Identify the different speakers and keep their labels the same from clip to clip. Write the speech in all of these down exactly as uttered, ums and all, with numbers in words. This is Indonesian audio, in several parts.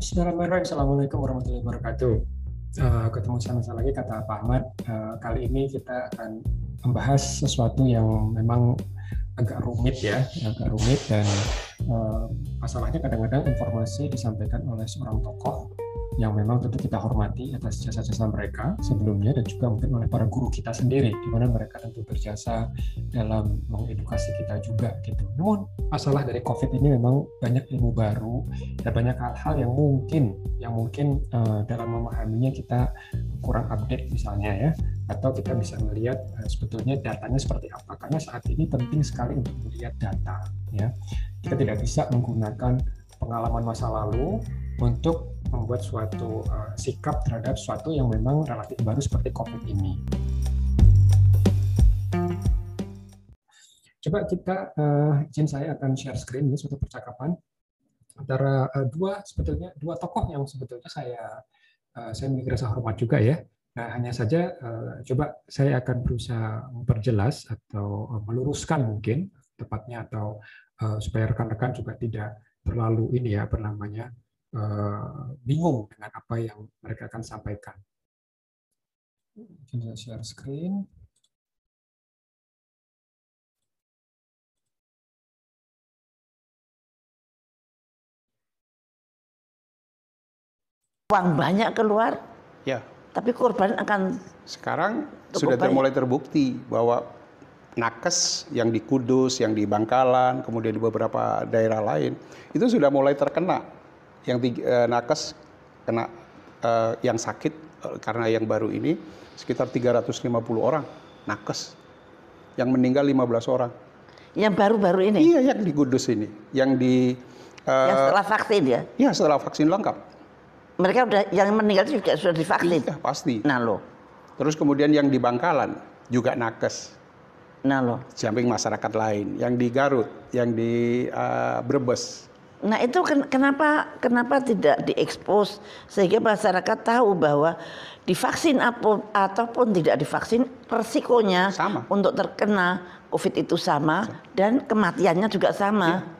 Speaker 1: Bismillahirrahmanirrahim. Assalamualaikum warahmatullahi wabarakatuh. Uh, ketemu sama saya lagi, kata Pak Ahmad. Uh, kali ini kita akan membahas sesuatu yang memang agak rumit ya, agak rumit dan uh, masalahnya kadang-kadang informasi disampaikan oleh seorang tokoh yang memang tentu kita hormati atas jasa-jasa mereka sebelumnya dan juga mungkin oleh para guru kita sendiri, di mana mereka tentu berjasa dalam mengedukasi kita juga gitu. Namun masalah dari COVID ini memang banyak ilmu baru dan banyak hal-hal yang mungkin yang mungkin uh, dalam memahaminya kita kurang update misalnya ya, atau kita bisa melihat uh, sebetulnya datanya seperti apa, karena saat ini penting sekali untuk melihat data ya. Kita tidak bisa menggunakan pengalaman masa lalu untuk membuat suatu uh, sikap terhadap sesuatu yang memang relatif baru seperti COVID ini. Coba kita, uh, izin saya akan share screen ini, suatu percakapan antara uh, dua sebetulnya dua tokoh yang sebetulnya saya uh, saya memiliki rasa hormat juga ya. Nah, hanya saja uh, coba saya akan berusaha memperjelas atau uh, meluruskan mungkin tepatnya, atau uh, supaya rekan-rekan juga tidak terlalu ini ya, bernamanya Uh, bingung dengan apa yang mereka akan sampaikan. Coba share screen.
Speaker 2: Uang banyak keluar,
Speaker 3: ya.
Speaker 2: Tapi korban akan
Speaker 3: sekarang sudah ter mulai terbukti bahwa nakes yang di Kudus, yang di Bangkalan, kemudian di beberapa daerah lain itu sudah mulai terkena. Yang tiga, eh, nakes kena eh, yang sakit eh, karena yang baru ini sekitar tiga ratus lima puluh orang nakes, yang meninggal lima belas orang.
Speaker 2: Yang baru-baru ini?
Speaker 3: Iya, yang di Kudus ini, yang di eh,
Speaker 2: yang setelah vaksin ya?
Speaker 3: Iya, setelah vaksin lengkap.
Speaker 2: Mereka udah, yang meninggal juga sudah divaksin?
Speaker 3: Iya, pasti.
Speaker 2: Nah loh.
Speaker 3: Terus kemudian yang di Bangkalan juga nakes.
Speaker 2: Nah loh.
Speaker 3: Samping masyarakat lain, yang di Garut, yang di uh, Brebes.
Speaker 2: Nah itu ken kenapa kenapa tidak diekspos sehingga masyarakat tahu bahwa divaksin ataupun tidak divaksin resikonya
Speaker 3: sama
Speaker 2: untuk terkena COVID itu sama, sama. Dan kematiannya juga sama. Ya.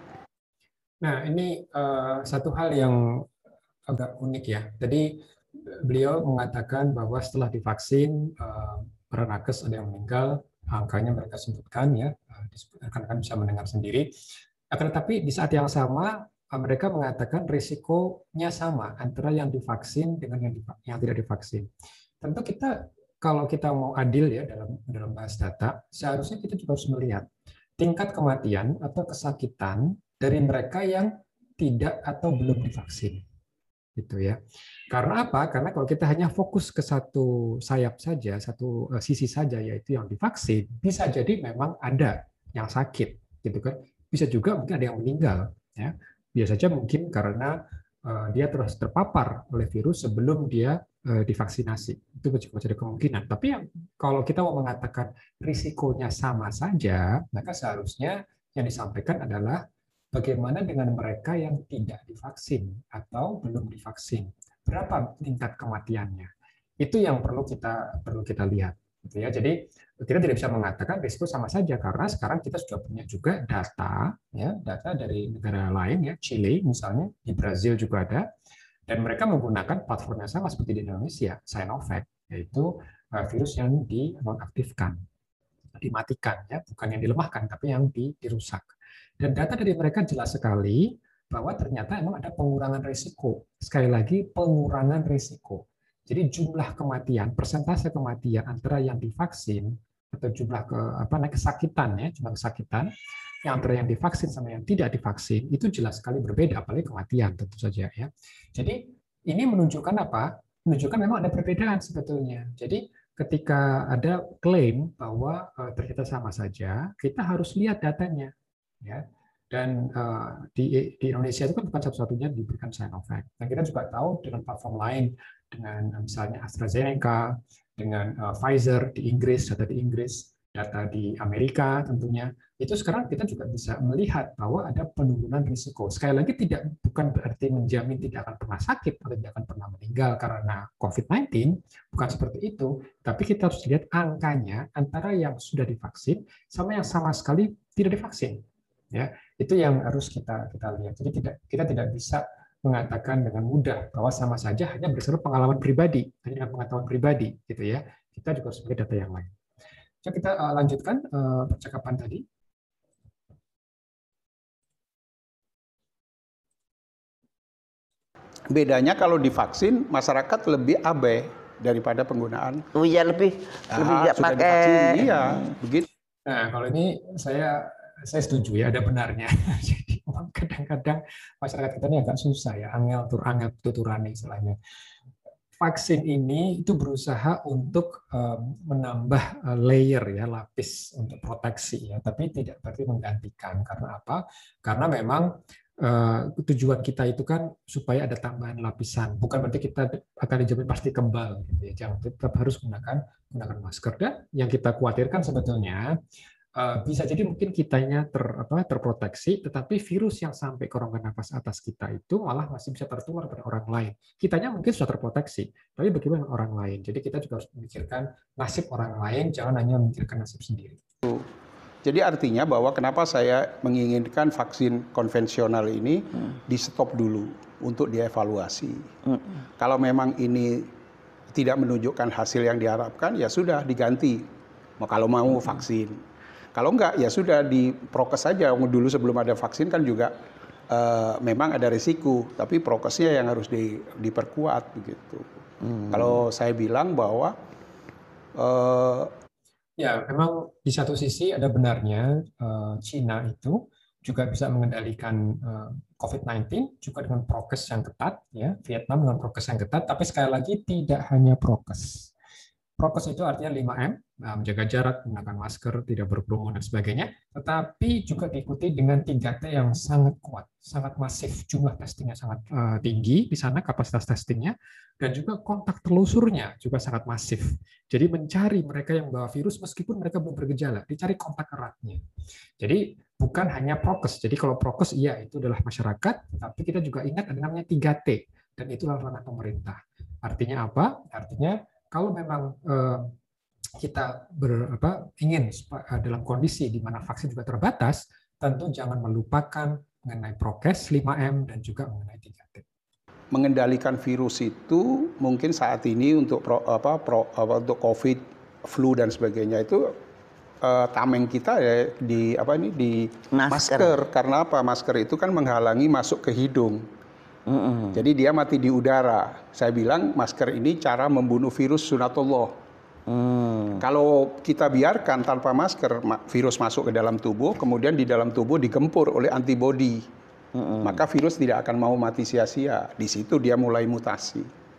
Speaker 1: Nah ini uh, satu hal yang agak unik ya. Jadi beliau mengatakan bahwa setelah divaksin uh, para nakes ada yang meninggal, angkanya mereka sebutkan ya, rekan-rekan bisa mendengar sendiri. Akan tetapi di saat yang sama mereka mengatakan risikonya sama antara yang divaksin dengan yang, yang tidak divaksin. Tentu kita kalau kita mau adil ya dalam dalam bahas data, seharusnya kita juga harus melihat tingkat kematian atau kesakitan dari mereka yang tidak atau belum divaksin. Gitu ya. Karena apa? Karena kalau kita hanya fokus ke satu sayap saja, satu sisi saja, yaitu yang divaksin, bisa jadi memang ada yang sakit, gitu kan? Bisa juga mungkin ada yang meninggal, ya. Biasa saja mungkin karena uh, dia terus terpapar oleh virus sebelum dia uh, divaksinasi. Itu juga ada kemungkinan. Tapi yang, kalau kita mau mengatakan risikonya sama saja, maka seharusnya yang disampaikan adalah bagaimana dengan mereka yang tidak divaksin atau belum divaksin? Berapa tingkat kematiannya? Itu yang perlu kita perlu kita lihat, gitu ya. Jadi kita tidak bisa mengatakan risiko sama saja karena sekarang kita sudah punya juga data, ya, data dari negara lain, ya, Chile misalnya, di Brazil juga ada, dan mereka menggunakan platform yang sama seperti di Indonesia, Sinovac, yaitu virus yang dinonaktifkan, dimatikan, ya, bukan yang dilemahkan, tapi yang dirusak. Dan data dari mereka jelas sekali bahwa ternyata memang ada pengurangan risiko. Sekali lagi, pengurangan risiko. Jadi jumlah kematian, persentase kematian antara yang divaksin atau jumlah ke apa namanya kesakitan ya, jumlah kesakitan yang antara yang divaksin sama yang tidak divaksin itu jelas sekali berbeda, apalagi kematian tentu saja ya. Jadi ini menunjukkan apa? Menunjukkan memang ada perbedaan sebetulnya. Jadi ketika ada klaim bahwa uh, ternyata sama saja, kita harus lihat datanya. Ya. Dan uh, di, di Indonesia itu kan bukan satu-satunya diberikan Sinovac. Dan kita juga tahu dengan platform lain, dengan misalnya AstraZeneca, dengan uh, Pfizer di Inggris, data di Inggris, data di Amerika tentunya, itu sekarang kita juga bisa melihat bahwa ada penurunan risiko. Sekali lagi tidak bukan berarti menjamin tidak akan pernah sakit atau tidak akan pernah meninggal karena COVID sembilan belas, bukan seperti itu. Tapi kita harus lihat angkanya antara yang sudah divaksin sama yang sama sekali tidak divaksin. Ya, itu yang harus kita kita lihat. Jadi tidak kita tidak bisa mengatakan dengan mudah bahwa sama saja hanya berdasarkan pengalaman pribadi, hanya dengan pengetahuan pribadi, gitu ya. Kita juga harus melihat data yang lain. Coba kita uh, lanjutkan uh, percakapan tadi.
Speaker 3: Bedanya kalau divaksin, masyarakat lebih abai daripada penggunaan.
Speaker 2: Oh iya, lebih
Speaker 3: Ah,
Speaker 2: lebih nggak
Speaker 3: sudah
Speaker 2: pakai.
Speaker 3: divaksin, iya, begitu.
Speaker 1: Nah, kalau ini saya saya setuju ya, ada benarnya. Jadi memang kadang-kadang masyarakat kita ini agak susah ya, angel tur angel tuturane istilahnya. Vaksin ini itu berusaha untuk um, menambah uh, layer ya, lapis untuk proteksi ya, tapi tidak berarti menggantikan. Karena apa? Karena memang uh, tujuan kita itu kan supaya ada tambahan lapisan. Bukan berarti kita akan dijamin pasti kebal gitu ya. Jangan, tetap harus gunakan gunakan masker. Dan yang kita khawatirkan sebetulnya bisa jadi mungkin kitanya ter, apa, terproteksi, tetapi virus yang sampai ke rongga nafas atas kita itu malah masih bisa tertular pada orang lain. Kitanya mungkin sudah terproteksi, tapi bagaimana orang lain? Jadi kita juga harus memikirkan nasib orang lain, jangan hanya memikirkan nasib sendiri.
Speaker 3: Jadi artinya bahwa kenapa saya menginginkan vaksin konvensional ini hmm. di stop dulu untuk dievaluasi. Hmm. Kalau memang ini tidak menunjukkan hasil yang diharapkan, ya sudah diganti. Kalau mau vaksin. Kalau enggak, ya sudah di prokes saja. Dulu sebelum ada vaksin kan juga uh, memang ada risiko, tapi prokesnya yang harus di, diperkuat begitu. Hmm. Kalau saya bilang bahwa uh,
Speaker 1: ya memang di satu sisi ada benarnya uh, Cina itu juga bisa mengendalikan uh, covid sembilan belas juga dengan prokes yang ketat, ya. Vietnam dengan prokes yang ketat, tapi sekali lagi tidak hanya prokes. Prokes itu artinya lima M, menjaga jarak, menggunakan masker, tidak berkerumun, dan sebagainya. Tetapi juga diikuti dengan tiga T yang sangat kuat, sangat masif. Jumlah testingnya sangat uh, tinggi di sana, kapasitas testingnya, dan juga kontak telusurnya juga sangat masif. Jadi mencari mereka yang membawa virus meskipun mereka belum bergejala, dicari kontak eratnya. Jadi bukan hanya prokes. Jadi kalau prokes, iya itu adalah masyarakat, tapi kita juga ingat ada namanya tiga T, dan itulah ranah pemerintah. Artinya apa? Artinya kalau memang eh, kita ber, apa, ingin dalam kondisi di mana vaksin juga terbatas, tentu jangan melupakan mengenai prokes lima M dan juga mengenai tiga T.
Speaker 3: Mengendalikan virus itu mungkin saat ini untuk pro, apa, pro, apa, untuk COVID, flu dan sebagainya itu eh, tameng kita ya di apa ini di masker. masker. Karena apa? Masker itu kan menghalangi masuk ke hidung. Mm-hmm. Jadi dia mati di udara. Saya bilang masker ini cara membunuh virus sunatullah. Mm. Kalau kita biarkan tanpa masker, virus masuk ke dalam tubuh, kemudian di dalam tubuh digempur oleh antibodi, mm-hmm. maka virus tidak akan mau mati sia-sia. Di situ dia mulai mutasi.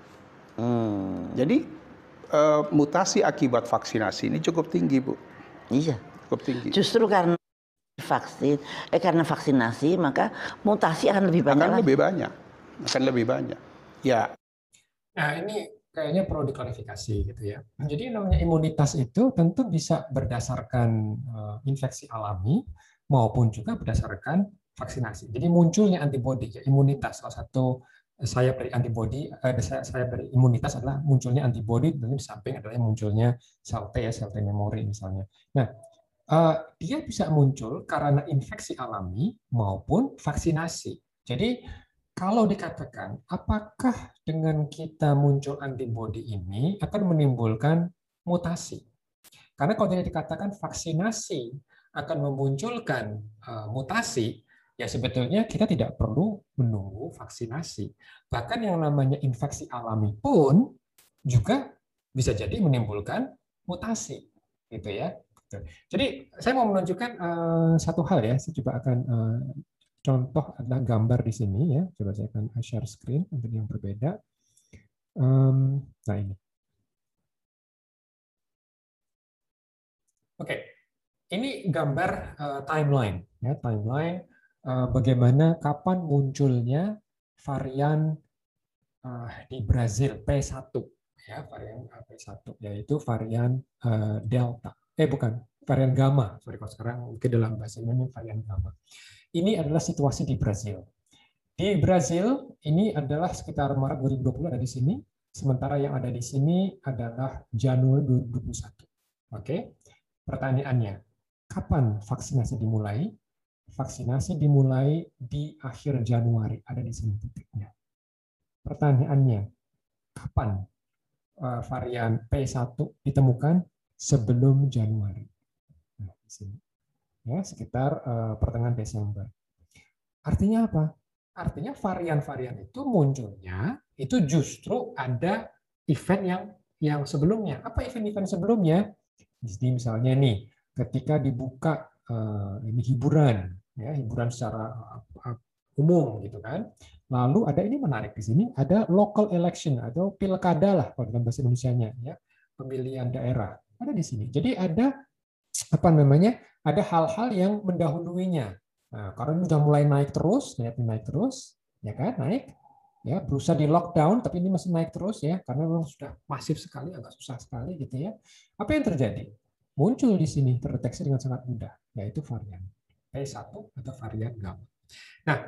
Speaker 3: Mm. Jadi uh, mutasi akibat vaksinasi ini cukup tinggi, Bu.
Speaker 2: Iya.
Speaker 3: Cukup tinggi.
Speaker 2: Justru karena vaksin, eh karena vaksinasi, maka mutasi akan lebih banyak.
Speaker 3: Akan lebih banyak. akan lebih banyak. Ya.
Speaker 1: Nah, ini kayaknya perlu diklarifikasi gitu ya. Jadi namanya imunitas itu tentu bisa berdasarkan uh, infeksi alami maupun juga berdasarkan vaksinasi. Jadi munculnya antibodi, ya, imunitas salah satu sayap dari antibodi, eh, sayap dari imunitas adalah munculnya antibodi, tentu di samping adalah munculnya sel T ya, sel T memori misalnya. Nah, uh, dia bisa muncul karena infeksi alami maupun vaksinasi. Jadi kalau dikatakan, apakah dengan kita muncul antibodi ini akan menimbulkan mutasi? Karena kalau tidak dikatakan vaksinasi akan memunculkan uh, mutasi, ya sebetulnya kita tidak perlu menunggu vaksinasi. Bahkan yang namanya infeksi alami pun juga bisa jadi menimbulkan mutasi, gitu ya. Jadi saya mau menunjukkan uh, satu hal ya, saya coba akan uh, contoh adalah gambar di sini ya. Coba saya akan share screen untuk yang berbeda. Um, nah ini. Oke, okay. Ini gambar uh, timeline ya, timeline uh, bagaimana kapan munculnya varian uh, di Brazil P satu ya, varian P satu yaitu varian uh, Delta. Eh bukan, varian Gamma. Sorry kalau sekarang mungkin dalam bahasa Indonesia varian Gamma. Ini adalah situasi di Brazil. Di Brazil ini adalah sekitar Maret dua ribu dua puluh ada di sini, sementara yang ada di sini adalah Januari dua ribu dua puluh satu. Oke. Pertanyaannya, kapan vaksinasi dimulai? Vaksinasi dimulai di akhir Januari, ada di sini titiknya. pertanyaannya, kapan uh, varian P satu ditemukan? Sebelum Januari. Nah, di sini. Ya, sekitar uh, pertengahan Desember. Artinya apa? Artinya varian-varian itu munculnya itu justru ada event yang yang sebelumnya. Apa event-event sebelumnya? Jadi misalnya nih, ketika dibuka uh, ini hiburan, ya hiburan secara uh, umum gitu kan. Lalu ada ini menarik di sini, ada local election atau pilkada lah kalau dalam bahasa Indonesianya, ya pemilihan daerah. Ada di sini. Jadi ada apa namanya? Ada hal-hal yang mendahuluinya. Nah, karena ini sudah mulai naik terus, naik naik terus, ya kan, naik. Ya, berusaha di lockdown, tapi ini masih naik terus ya, karena memang sudah masif sekali, agak susah sekali gitu ya. Apa yang terjadi? Muncul di sini terdeteksi dengan sangat mudah, yaitu varian P satu atau varian gamma. Nah,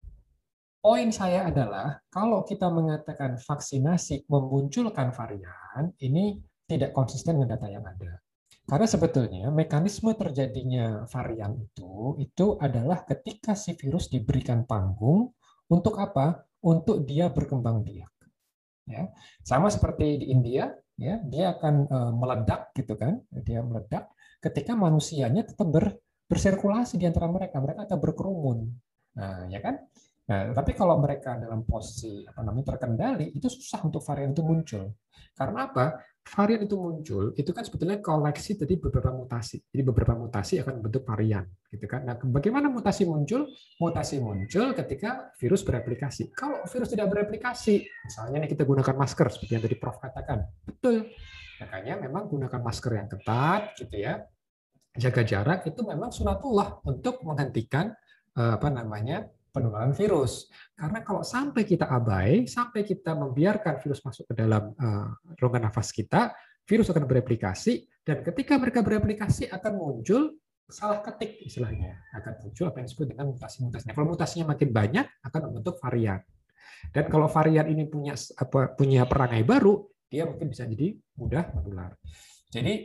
Speaker 1: poin saya adalah kalau kita mengatakan vaksinasi memunculkan varian, ini tidak konsisten dengan data yang ada. Karena sebetulnya mekanisme terjadinya varian itu itu adalah ketika si virus diberikan panggung untuk apa? Untuk dia berkembang biak. Ya, sama seperti di India, ya, dia akan uh, meledak gitu kan? Dia meledak ketika manusianya tetap ber, bersirkulasi di antara mereka, mereka tetap berkerumun. Nah, ya kan? Nah, tapi kalau mereka dalam posisi apa namanya terkendali, itu susah untuk varian itu muncul. Karena apa? Varian itu muncul, itu kan sebetulnya koleksi dari beberapa mutasi. Jadi beberapa mutasi akan membentuk varian, gitu kan? Nah, bagaimana mutasi muncul? Mutasi muncul ketika virus bereplikasi. Kalau virus tidak bereplikasi, misalnya nih kita gunakan masker seperti yang tadi Prof katakan, betul. Makanya memang gunakan masker yang ketat, gitu ya. Jaga jarak itu memang sunatullah untuk menghentikan apa namanya penularan virus. Karena kalau sampai kita abai, sampai kita membiarkan virus masuk ke dalam uh, rongga nafas kita, virus akan bereplikasi, dan ketika mereka bereplikasi akan muncul salah ketik istilahnya, akan muncul apa yang disebut dengan mutasi-mutasi. Kalau mutasinya makin banyak, akan membentuk varian. Dan kalau varian ini punya apa punya perangai baru, dia mungkin bisa jadi mudah menular. Jadi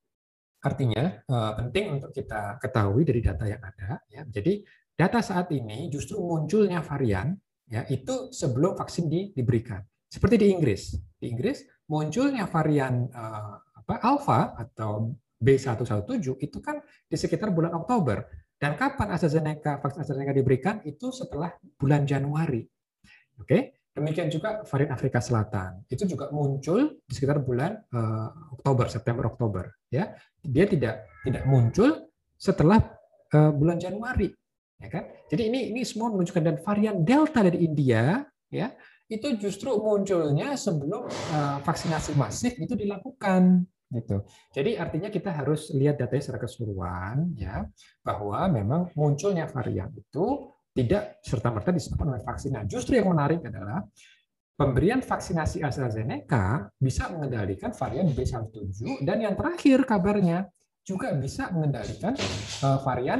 Speaker 1: artinya uh, penting untuk kita ketahui dari data yang ada. Ya. Jadi data saat ini justru munculnya varian ya itu sebelum vaksin di, diberikan. Seperti di Inggris. Di Inggris munculnya varian uh, apa alfa atau B satu satu tujuh itu kan di sekitar bulan Oktober. Dan kapan AstraZeneca vaksin AstraZeneca diberikan itu setelah bulan Januari. Oke. Okay? Demikian juga varian Afrika Selatan. Itu juga muncul di sekitar bulan uh, Oktober, September, Oktober. Ya, dia tidak tidak muncul setelah uh, bulan Januari. Ya kan? Jadi ini ini semua menunjukkan, dan varian Delta dari India ya itu justru munculnya sebelum uh, vaksinasi masif itu dilakukan gitu. Jadi artinya kita harus lihat datanya secara keseluruhan ya bahwa memang munculnya varian itu tidak serta-merta disebabkan oleh vaksin. Nah, justru yang menarik adalah pemberian vaksinasi AstraZeneca bisa mengendalikan varian B satu tujuh dan yang terakhir kabarnya juga bisa mengendalikan uh, varian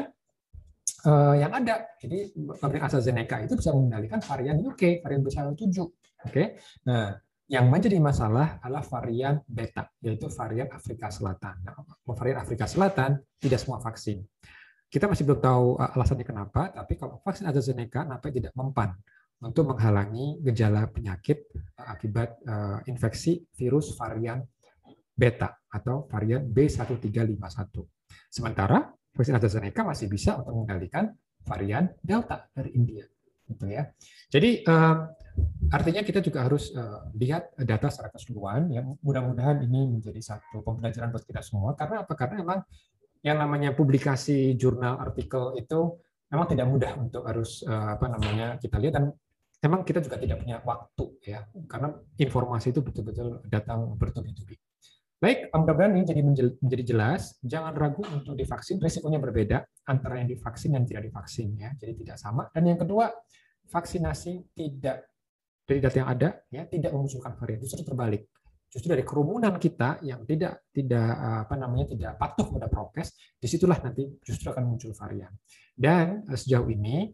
Speaker 1: Uh, yang ada. Jadi pabrik AstraZeneca itu bisa mengendalikan varian U K, varian B satu tujuh. Oke. Okay? Nah, yang menjadi masalah adalah varian beta, yaitu varian Afrika Selatan. Nah, varian Afrika Selatan tidak semua vaksin. Kita masih belum tahu alasannya kenapa, tapi kalau vaksin AstraZeneca nampaknya tidak mempan untuk menghalangi gejala penyakit akibat uh, infeksi virus varian beta atau varian B satu tiga lima satu. Sementara vaksin AstraZeneca masih bisa untuk mengendalikan varian Delta dari India, gitu ya. Jadi um, artinya kita juga harus uh, lihat data secara keseluruhan. Ya, mudah-mudahan ini menjadi satu pembelajaran buat kita semua. Karena apa? Karena memang yang namanya publikasi jurnal artikel itu memang tidak mudah untuk harus uh, apa namanya kita lihat, dan memang kita juga tidak punya waktu ya, karena informasi itu betul-betul datang bertubi-tubi. Baik, mudah-mudahan ini jadi menjadi jelas. Jangan ragu untuk divaksin, risikonya berbeda antara yang divaksin dan tidak divaksin ya. Jadi tidak sama. Dan yang kedua, vaksinasi tidak dari data yang ada ya tidak memunculkan varian, justru terbalik. Justru dari kerumunan kita yang tidak tidak apa namanya tidak patuh pada prokes, disitulah nanti justru akan muncul varian. Dan sejauh ini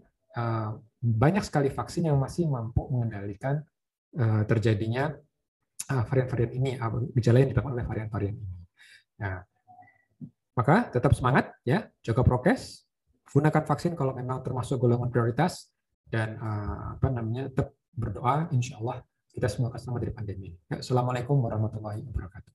Speaker 1: banyak sekali vaksin yang masih mampu mengendalikan terjadinya varian-varian ini, gejala yang disebabkan oleh varian-varian ini. Nah, maka tetap semangat ya, jaga prokes, gunakan vaksin kalau memang termasuk golongan prioritas, dan apa namanya tetap berdoa, insya Allah kita semua akan selamat dari pandemi. Assalamualaikum warahmatullahi wabarakatuh.